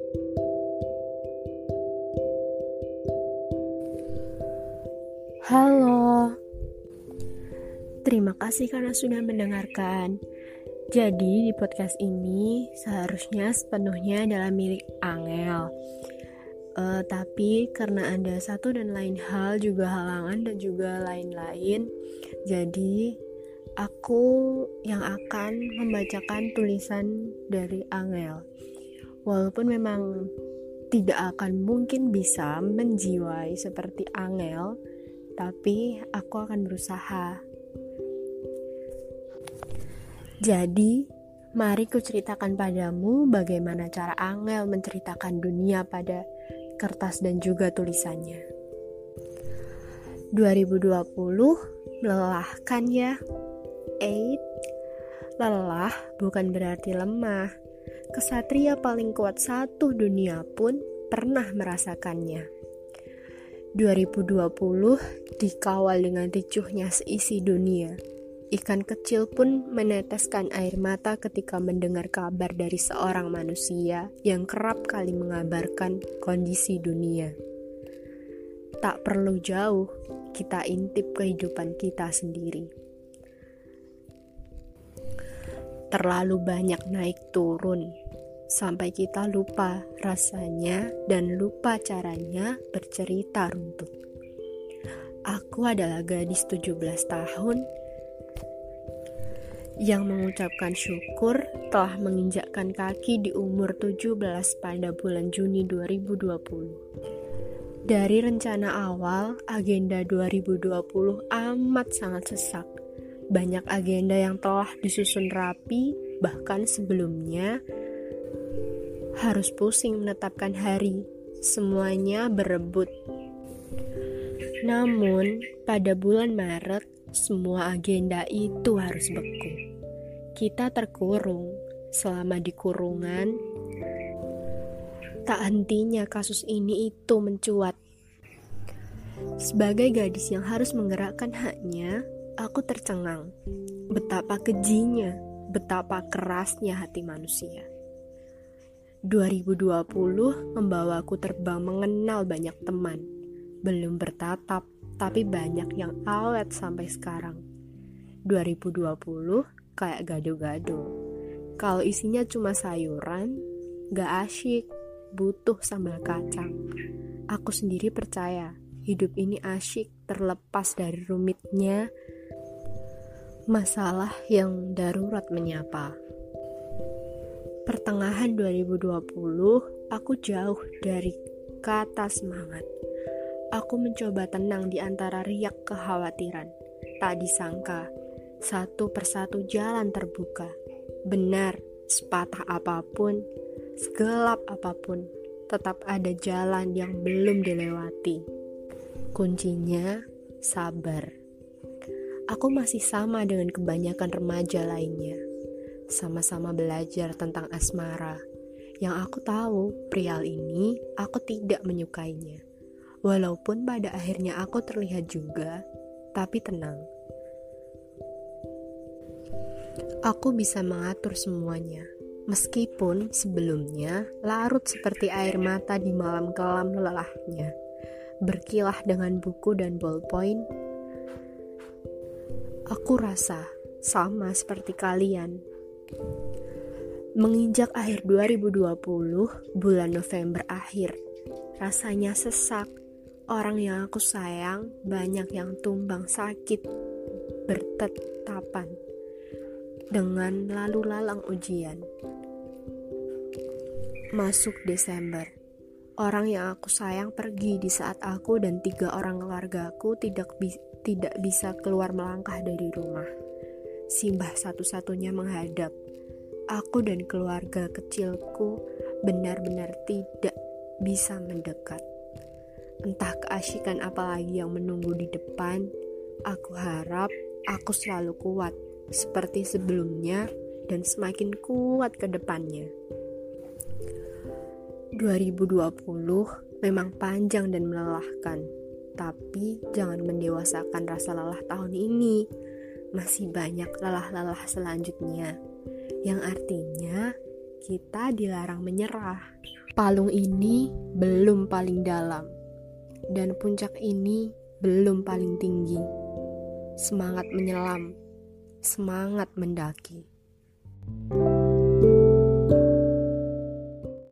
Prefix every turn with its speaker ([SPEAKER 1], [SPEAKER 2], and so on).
[SPEAKER 1] Halo, terima kasih karena sudah mendengarkan. Jadi di podcast ini seharusnya sepenuhnya adalah milik Angel. Tapi karena ada satu dan lain hal, juga halangan dan juga lain-lain, jadi aku yang akan membacakan tulisan dari Angel. Walaupun memang tidak akan mungkin bisa menjiwai seperti Angel, tapi aku akan berusaha. Jadi, mari ku ceritakan padamu bagaimana cara Angel menceritakan dunia pada kertas dan juga tulisannya. 2020 melelahkan ya. Lelah bukan berarti lemah. Kesatria paling kuat satu dunia pun pernah merasakannya. 2020 dikawal dengan ricuhnya seisi dunia. Ikan kecil pun meneteskan air mata ketika mendengar kabar dari seorang manusia yang kerap kali mengabarkan kondisi dunia. Tak perlu jauh, kita intip kehidupan kita sendiri. Terlalu banyak naik turun, sampai kita lupa rasanya dan lupa caranya bercerita runtut. Aku adalah gadis 17 tahun yang mengucapkan syukur telah menginjakkan kaki di umur 17 pada bulan Juni 2020. Dari rencana awal, agenda 2020 amat sangat sesak. Banyak agenda yang telah disusun rapi, bahkan sebelumnya harus pusing menetapkan hari, semuanya berebut. Namun, pada bulan Maret, semua agenda itu harus beku. Kita terkurung. Selama di kurungan, tak hentinya kasus ini itu mencuat. Sebagai gadis yang harus menggerakkan haknya, aku tercengang. Betapa kejinya, betapa kerasnya hati manusia. 2020 membawaku terbang mengenal banyak teman. Belum bertatap, tapi banyak yang awet sampai sekarang. 2020 kayak gado-gado. Kalau isinya cuma sayuran, gak asyik, butuh sambal kacang. Aku sendiri percaya, hidup ini asyik terlepas dari rumitnya masalah yang darurat menyapa. Pertengahan 2020, aku jauh dari kata semangat. Aku mencoba tenang di antara riak kekhawatiran. Tak disangka, satu persatu jalan terbuka. Benar, sepatah apapun, segelap apapun, tetap ada jalan yang belum dilewati. Kuncinya, sabar. Aku masih sama dengan kebanyakan remaja lainnya. Sama-sama belajar tentang asmara. Yang aku tahu, perihal ini aku tidak menyukainya. Walaupun pada akhirnya aku terlihat juga, tapi tenang. Aku bisa mengatur semuanya. Meskipun sebelumnya larut seperti air mata di malam kelam lelahnya. Berkilah dengan buku dan ballpoint. Aku rasa sama seperti kalian. Menginjak akhir 2020, bulan November akhir, rasanya sesak. Orang yang aku sayang banyak yang tumbang sakit bertetapan dengan lalu lalang ujian. Masuk Desember, orang yang aku sayang pergi di saat aku dan 3 orang keluargaku tidak bisa keluar melangkah dari rumah. Simbah satu-satunya menghadap. Aku dan keluarga kecilku benar-benar tidak bisa mendekat. Entah keasyikan apa lagi yang menunggu di depan. Aku harap aku selalu kuat seperti sebelumnya dan semakin kuat ke depannya. 2020 memang panjang dan melelahkan, tapi jangan mendewasakan rasa lelah tahun ini. Masih banyak lelah-lelah selanjutnya, yang artinya kita dilarang menyerah. Palung ini belum paling dalam, dan puncak ini belum paling tinggi. Semangat menyelam, semangat mendaki.